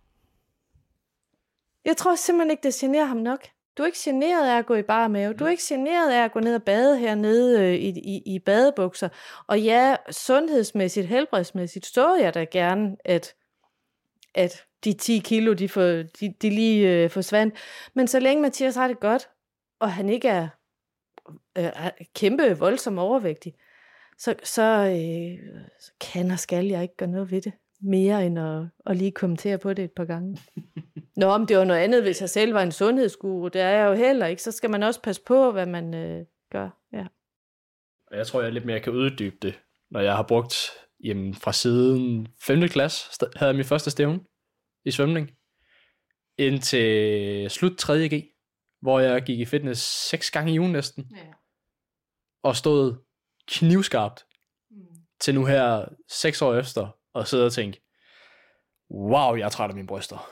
Jeg tror simpelthen ikke, det generer ham nok. Du er ikke generet af at gå i bare mave. Du er ikke generet af at gå ned og bade hernede i badebukser. Og ja, sundhedsmæssigt, helbredsmæssigt, så jeg da gerne, at de 10 kilo, de lige forsvandt. Men så længe Mathias har det godt, og han ikke er kæmpe voldsom overvægtig, så kan og skal jeg ikke gøre noget ved det. Mere end at lige kommentere på det et par gange. Nå, men det var noget andet, hvis jeg selv var en sundhedsguru. Det er jeg jo heller ikke. Så skal man også passe på, hvad man gør. Ja. Jeg tror, jeg lidt mere kan uddybe det, når jeg har brugt fra siden 5. klasse, havde jeg min første stævne i svømning, indtil slut 3. G, hvor jeg gik i fitness 6 gange i ugen næsten, og stod knivskarpt til nu her 6 år efter, og sidde og tænke, wow, jeg er træt af mine bryster.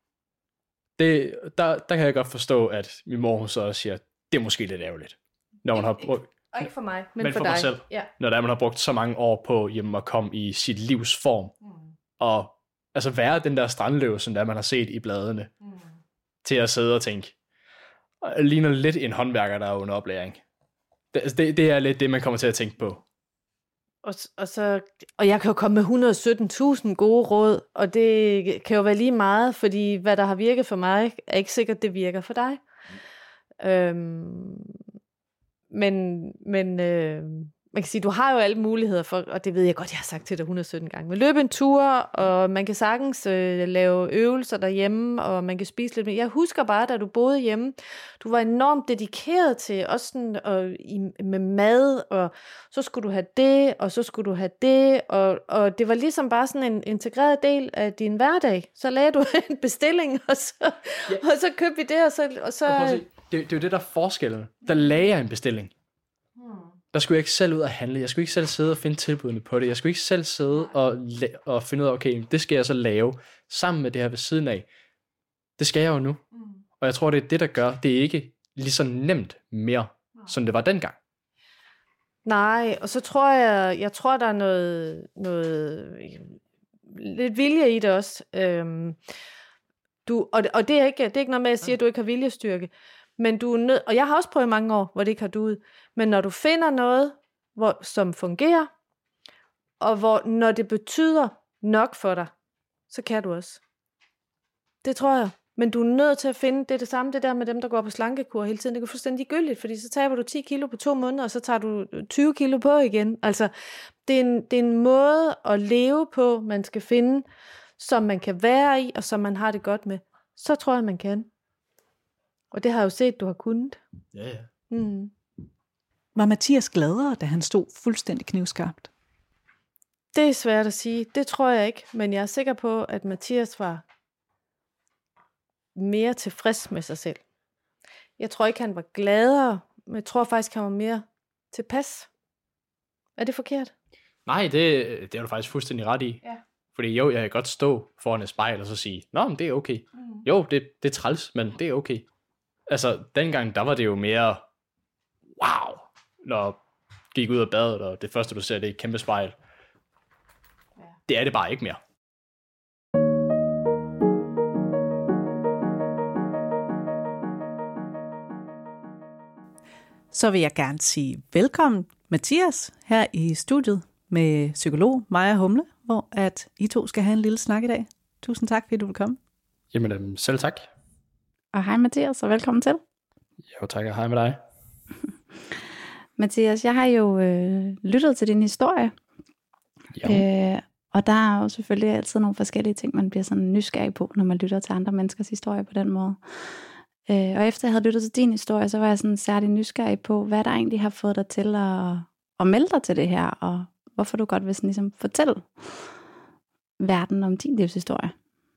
Der kan jeg godt forstå, at min mor hun så også siger, det er måske lidt ærgerligt. Når man har brugt, ikke for mig, men for mig dig. Selv, ja. Når man har brugt så mange år på at komme i sit livs form, og altså være den der strandløv, som der man har set i bladene, til at sidde og tænke, ligner lidt en håndværker, der er under oplæring. Det er lidt det, man kommer til at tænke på. Og jeg kan jo komme med 117.000 gode råd, og det kan jo være lige meget, fordi hvad der har virket for mig, er ikke sikkert, det virker for dig. Men man kan sige, du har jo alle muligheder for, og det ved jeg godt, jeg har sagt til dig 117 gange, men løbe en tur, og man kan sagtens lave øvelser derhjemme, og man kan spise lidt mere. Jeg husker bare, da du boede hjemme, du var enormt dedikeret til også sådan, med mad, og så skulle du have det, og så skulle du have det, og det var ligesom bare sådan en integreret del af din hverdag. Så lagde du en bestilling, og så købte vi det, og så Det er jo det, der er forskellen. Der lagde jeg en bestilling. Der skulle jeg ikke selv ud og handle. Jeg skulle ikke selv sidde og finde tilbudene på det. Jeg skulle ikke selv sidde og finde ud af, okay, det skal jeg så lave sammen med det her ved siden af. Det skal jeg jo nu. Og jeg tror, det er det, der gør, det er ikke lige så nemt mere, som det var dengang. Nej, og så tror jeg tror, der er noget lidt vilje i det også. Og det er ikke noget med at sige, at du ikke har viljestyrke. Men du er nødt, og jeg har også prøvet mange år, hvor det ikke har duet. Men når du finder noget, som fungerer, og når det betyder nok for dig, så kan du også. Det tror jeg. Men du er nødt til at finde, det er det samme, det der med dem, der går på slankekur hele tiden. Det er fuldstændig gyldigt, fordi så taber du 10 kilo på 2 måneder, og så tager du 20 kilo på igen. Altså, det er en måde at leve på, man skal finde, som man kan være i, og som man har det godt med. Så tror jeg, man kan. Og det har jeg jo set, du har kunnet. Ja. Var Mathias gladere, da han stod fuldstændig knivskarpt? Det er svært at sige. Det tror jeg ikke. Men jeg er sikker på, at Mathias var mere tilfreds med sig selv. Jeg tror ikke, han var gladere, men jeg tror faktisk, han var mere tilpas. Er det forkert? Nej, det er du faktisk fuldstændig ret i. Ja. Fordi jo, jeg kan godt stå foran et spejl og så sige, nå, men det er okay. Jo, det er træls, men det er okay. Altså, dengang, der var det jo mere, wow, når du gik ud af badet, og det første, du ser, det er et kæmpe spejl. Ja. Det er det bare ikke mere. Så vil jeg gerne sige velkommen, Mathias, her i studiet med psykolog Maja Humle, hvor at I to skal have en lille snak i dag. Tusind tak, fordi du vil komme. Jamen, selv tak. Og hej Mathias, og velkommen til. Jo, tak, og hej med dig. Mathias, jeg har jo lyttet til din historie. Og der er jo selvfølgelig altid nogle forskellige ting, man bliver sådan nysgerrig på, når man lytter til andre menneskers historie på den måde. Og efter jeg havde lyttet til din historie, så var jeg sådan særlig nysgerrig på, hvad der egentlig har fået dig til at melde dig til det her, og hvorfor du godt vil sådan ligesom fortælle verden om din livshistorie.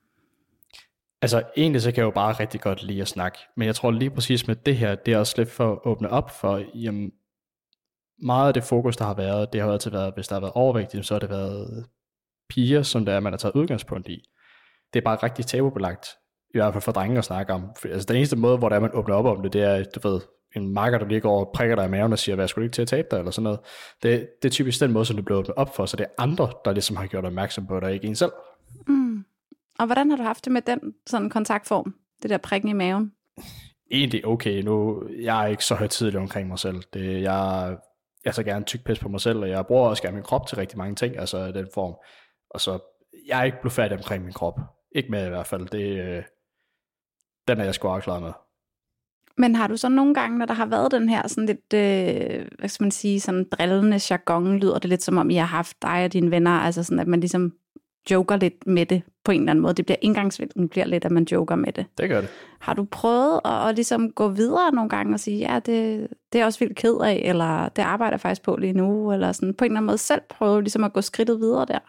Altså egentlig så kan jeg jo bare rigtig godt lide at snakke, men jeg tror lige præcis med det her, det er også lidt for at åbne op for, jamen, meget af det fokus, der har været, det har altid været, hvis der har været overvægtigt, så har det været piger, som der man har taget udgangspunkt i. Det er bare rigtig tabubelagt, i hvert fald for drenge at snakke om. Altså den eneste måde, hvor der man åbner op om det, det er, du ved, en marker, der lige går og prikker dig i maven og siger, hvad skulle du ikke til at tabe dig, eller sådan noget. Det er typisk den måde, som det bliver åbnet op for, så det er andre, der ligesom har gjort opmærksom på det, ikke en selv. Og hvordan har du haft det med den sådan kontaktform? Det der prikken i maven? Egentlig okay. Nu, jeg er ikke så højtidelig omkring mig selv. Jeg så gerne tykpis på mig selv, og jeg bruger også gerne min krop til rigtig mange ting, altså i den form. Og så, jeg er ikke blevet færdig omkring min krop. Ikke med i hvert fald. Den er jeg sgu afklaret med. Men har du så nogle gange, når der har været den her sådan lidt, hvad skal man sige, sådan drillende jargon, lyder det lidt som om, I har haft dig og dine venner, altså sådan, at man ligesom joker lidt med det på en eller anden måde. Det bliver indgangsvinden, bliver lidt, at man joker med det. Det gør det. Har du prøvet at ligesom gå videre nogle gange og sige, ja, det er jeg også vildt ked af, eller det arbejder jeg faktisk på lige nu, eller sådan på en eller anden måde selv prøve ligesom at gå skridtet videre der?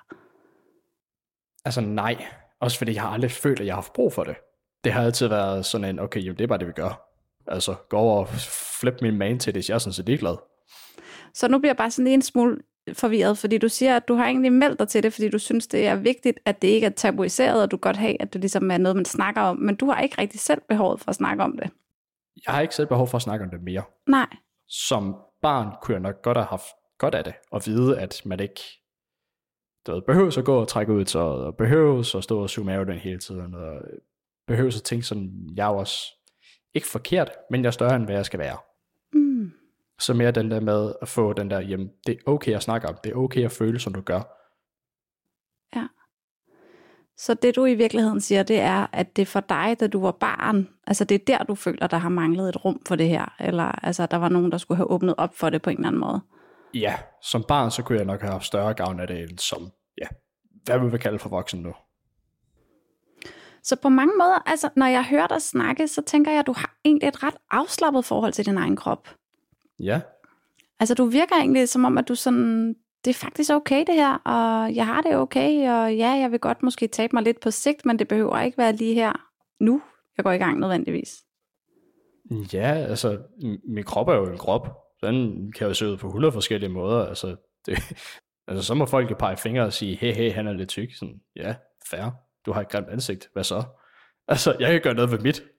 Altså nej. Også fordi jeg har aldrig følt, at jeg har haft brug for det. Det har altid været sådan en, okay, jamen, det er bare det, vi gør. Altså, gå over og flip min man til det, jeg er sådan set ligeglad. Så nu bliver jeg bare sådan en smule forvirret, fordi du siger, at du har egentlig meldt dig til det, fordi du synes, det er vigtigt, at det ikke er tabuiseret, og du godt have, at det ligesom er noget, man snakker om, men du har ikke rigtig selv behovet for at snakke om det. Jeg har ikke selv behov for at snakke om det mere. Nej. Som barn kunne jeg nok godt have haft godt af det, og vide, at man ikke behøver at gå og trække ud til, og behøver at stå og suge maven den hele tiden, og behøver at tænke sådan, jeg er også ikke forkert, men jeg er større end hvad jeg skal være. Så mere den der med at få den der, jamen det er okay at snakke om, det er okay at føle, som du gør. Ja. Så det du i virkeligheden siger, det er, at det for dig, da du var barn, altså det er der, du føler, der har manglet et rum for det her, eller altså der var nogen, der skulle have åbnet op for det på en eller anden måde? Ja, som barn, så kunne jeg nok have haft større gavn af det, end som, ja, hvad vi vil kalde for voksen nu. Så på mange måder, altså når jeg hører dig snakke, så tænker jeg, at du har egentlig et ret afslappet forhold til din egen krop. Ja. Altså du virker egentlig som om, at du sådan, det er faktisk okay det her, og jeg har det okay, og ja, jeg vil godt måske tabe mig lidt på sigt, men det behøver ikke være lige her nu, jeg går i gang nødvendigvis. Ja, altså min krop er jo en krop. Den kan jo se ud på 100 forskellige måder. Altså, altså så må folk jo pege fingre og sige, hey, han er lidt tyk. Sådan, ja, fair. Du har et grimt ansigt. Hvad så? Altså, jeg kan gøre noget ved mit.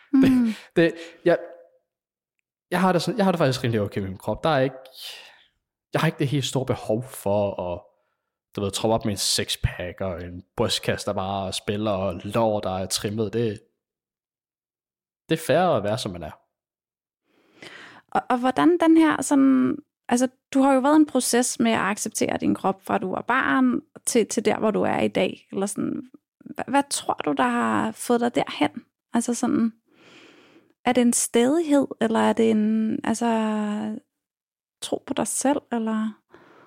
Jeg har det faktisk rimelig okay med min krop. Jeg har ikke det helt store behov for at troppe op med en sixpack og en brystkasse, der bare spiller, og lår, der er trimmet. Det er fair at være, som man er. Og hvordan den her sådan, altså du har jo været en proces med at acceptere din krop, fra du var barn til der, hvor du er i dag, eller sådan, hvad tror du, der har fået dig derhen? Altså sådan, er det en stædighed, eller er det en, altså, tro på dig selv, eller?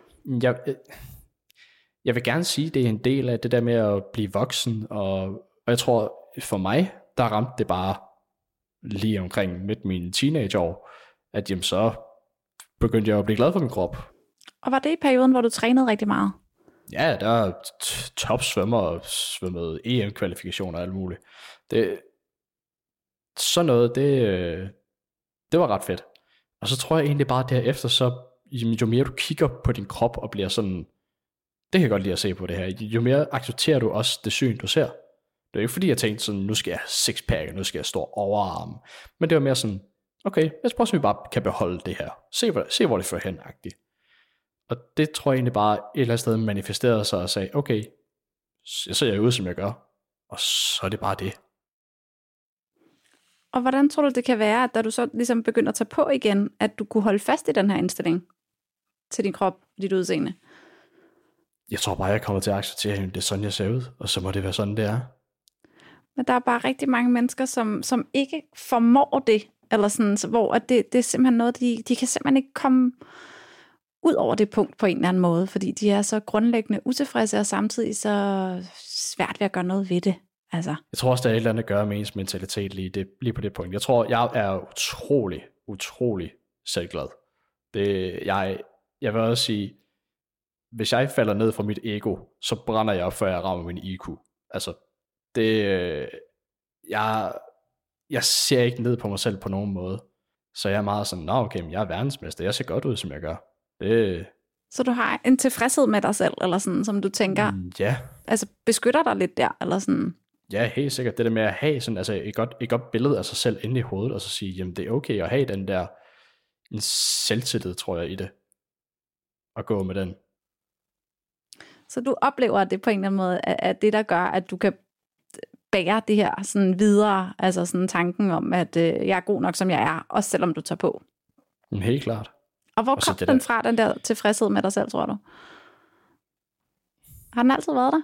Jeg vil gerne sige, det er en del af det der med at blive voksen, og jeg tror, for mig, der ramte det bare lige omkring midt mine teenageår, at jamen, så begyndte jeg at blive glad for min krop. Og var det i perioden, hvor du trænede rigtig meget? Ja, der er topsvømmer og svømmede EM-kvalifikationer og alt muligt. Sådan noget, det var ret fedt. Og så tror jeg egentlig bare derefter, så jo mere du kigger på din krop og bliver sådan, det kan jeg godt lide at se på det her, jo mere accepterer du også det syn, du ser. Det er ikke fordi, jeg tænkte sådan, nu skal jeg have sixpack, nu skal jeg stå overarm. Men det var mere sådan, okay, jeg tror også, vi bare kan beholde det her. Se hvor det fører hen-agtigt. Og det tror jeg egentlig bare et eller andet sted manifesterede sig og sagde, okay, så ser jeg ud, som jeg gør. Og så er det bare det. Og hvordan tror du, det kan være, at da du så ligesom begynder at tage på igen, at du kunne holde fast i den her indstilling til din krop, dit udseende? Jeg tror bare, jeg kommer til at acceptere, at det er sådan, jeg ser ud, og så må det være sådan, det er. Men der er bare rigtig mange mennesker, som ikke formår det, eller sådan, hvor at det er simpelthen noget, de kan simpelthen ikke komme ud over det punkt på en eller anden måde, fordi de er så grundlæggende utilfredse, og samtidig så svært ved at gøre noget ved det. Altså. Jeg tror også, der er et eller andet at gøre med ens mentalitet lige på det punkt. Jeg tror, jeg er utrolig selvglad. Jeg vil også sige, hvis jeg falder ned fra mit ego, så brænder jeg op, før jeg rammer min IQ. Altså, jeg ser ikke ned på mig selv på nogen måde. Så jeg er meget sådan, okay, men jeg er verdensmester, jeg ser godt ud, som jeg gør. Så du har en tilfredshed med dig selv, eller sådan, som du tænker, ja. Altså beskytter dig lidt der, eller sådan? Ja, helt sikkert. Det der med at have sådan, altså et godt billede af sig selv inde i hovedet, og så sige, jamen det er okay at have den der en selvtillid, tror jeg, i det. Og gå med den. Så du oplever, at det på en eller anden måde er det, der gør, at du kan bære det her sådan videre, altså sådan tanken om, at jeg er god nok, som jeg er, også selvom du tager på? Helt klart. Og hvor kom den fra, den der tilfredshed med dig selv, tror du? Har den altid været der?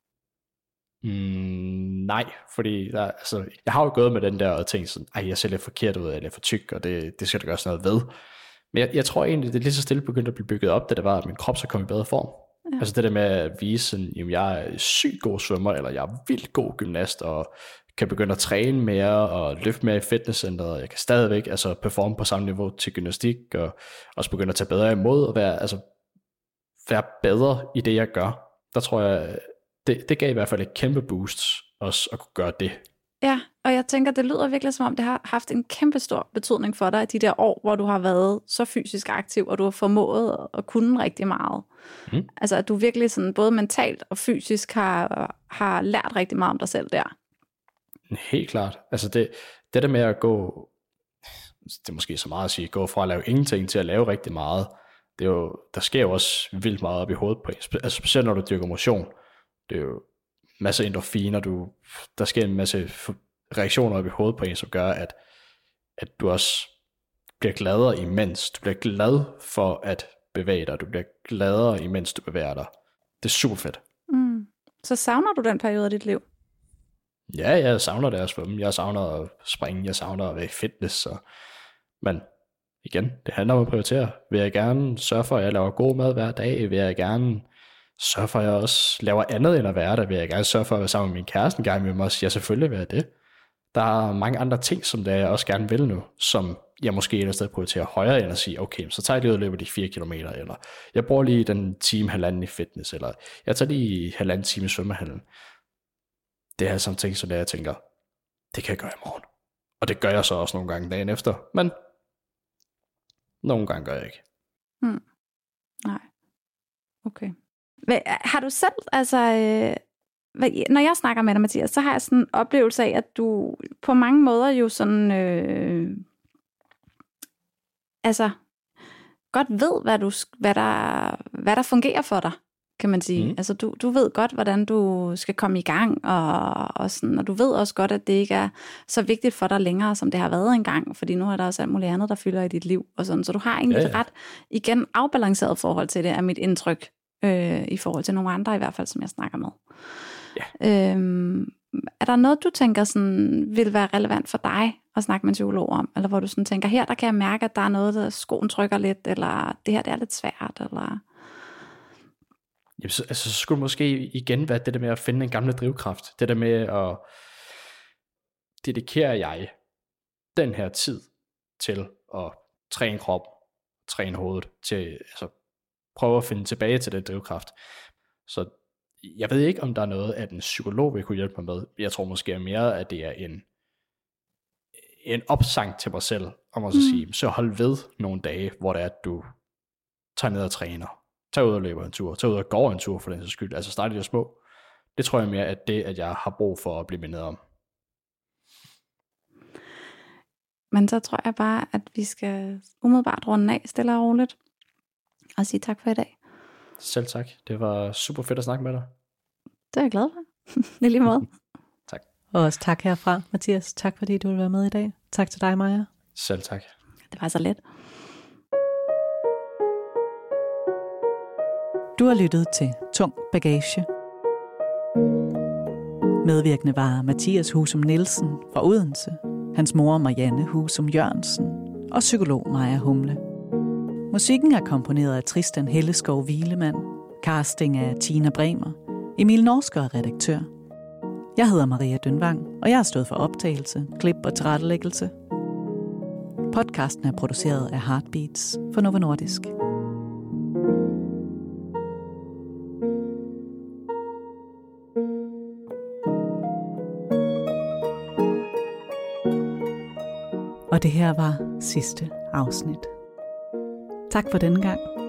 Nej, fordi jeg har jo gået med den der og tænkt sådan, jeg ser lidt forkert ud, eller for tyk, og det skal der gøres noget ved. Men jeg tror egentlig, det er lige så stille begyndt at blive bygget op, da det var, at min krop så kom i bedre form. Ja. Altså det der med at vise sådan, jamen jeg er sygt god svømmer, eller jeg er vildt god gymnast, og kan begynde at træne mere, og løfte mere i fitnesscenteret, og jeg kan stadigvæk performe på samme niveau til gymnastik, og også begynde at tage bedre imod, og være bedre i det, jeg gør. Der tror jeg, det gav i hvert fald et kæmpe boost, også at kunne gøre det. Ja, og jeg tænker, det lyder virkelig som om, det har haft en kæmpe stor betydning for dig, de der år, hvor du har været så fysisk aktiv, og du har formået at kunne rigtig meget. Altså, at du virkelig sådan, både mentalt og fysisk har lært rigtig meget om dig selv der. Helt klart. Altså, det der med at gå, det er måske så meget at sige, gå fra at lave ingenting til at lave rigtig meget, det er jo, der sker jo også vildt meget op i hovedet på en. Altså, specielt når du dyrker motion. Det er jo masser af endorfiner, der sker en masse reaktioner op i hovedet på en, som gør, at du også bliver gladere imens. Du bliver glad for at bevæge dig. Du bliver gladere imens du bevæger dig. Det er super fedt. Så savner du den periode af dit liv? Ja, jeg savner det at svømme. Jeg savner at springe. Jeg savner at være i fitness. Men igen, det handler om at prioritere. Vil jeg gerne sørge for, at jeg laver god mad hver dag? Vil jeg gerne sørge for, at jeg også laver andet end at være der? Vil jeg gerne sørge for at være sammen med min kæreste en gang med mig også? Ja, selvfølgelig vil jeg det. Der er mange andre ting, som det jeg også gerne vil nu, som jeg måske et eller andet sted prioriterer højere, end at sige, okay, så tager jeg lige ud og løber de 4 kilometer, eller jeg bruger lige den time, halvanden i fitness, eller jeg tager lige halvanden time i svømmehallen. Det er sådan ting, som jeg tænker, det kan jeg gøre i morgen. Og det gør jeg så også nogle gange dagen efter, men nogle gange gør jeg ikke. Nej. Okay. Har du selv, altså, når jeg snakker med dig, Mathias, så har jeg sådan en oplevelse af, at du på mange måder jo sådan, altså, godt ved, hvad der fungerer for dig, kan man sige. Altså, du ved godt, hvordan du skal komme i gang, og sådan, og du ved også godt, at det ikke er så vigtigt for dig længere, som det har været engang, fordi nu er der også alt muligt andet, der fylder i dit liv, og sådan, så du har egentlig et ret, igen, afbalanceret forhold til det, er mit indtryk, i forhold til nogle andre i hvert fald, som jeg snakker med. Ja. Er der noget, du tænker sådan, vil være relevant for dig at snakke med en psykolog om? Eller hvor du sådan tænker, her der kan jeg mærke, at der er noget, der skoen trykker lidt, eller det her det er lidt svært, eller... Jamen, så skulle det måske igen være det der med at finde en gammel drivkraft. Det der med at dedikere jeg den her tid til at træne krop, træne hovedet, til altså prøve at finde tilbage til den drivkraft. Så jeg ved ikke, om der er noget, at en psykolog vil kunne hjælpe mig med. Jeg tror måske mere, at det er en opsang til mig selv, om at sige, så hold ved nogle dage, hvor det er, at du tager ned og træner. Tag ud og løber en tur. Tag ud og går en tur for den sags skyld. Altså start i det små. Det tror jeg mere, at det, at jeg har brug for at blive mindet om. Men så tror jeg bare, at vi skal umiddelbart runde af stille og roligt. Og sige tak for i dag. Selv tak. Det var super fedt at snakke med dig. Det er jeg glad for. I lige måde. Tak. Og også tak herfra, Mathias. Tak fordi du vil være med i dag. Tak til dig, Maja. Selv tak. Det var så let. Du har lyttet til Tung Bagage. Medvirkende var Mathias Husum Nielsen fra Odense, hans mor Marianne Husum Jørgensen og psykolog Maja Humle. Musikken er komponeret af Tristan Helleskov Hvilemann, casting af Tina Bremer, Emil Norsker er redaktør. Jeg hedder Maria Dønvang, og jeg har stået for optagelse, klip og tilrettelæggelse. Podcasten er produceret af Heartbeats for Novo Nordisk. Og det her var sidste afsnit. Tak for denne gang.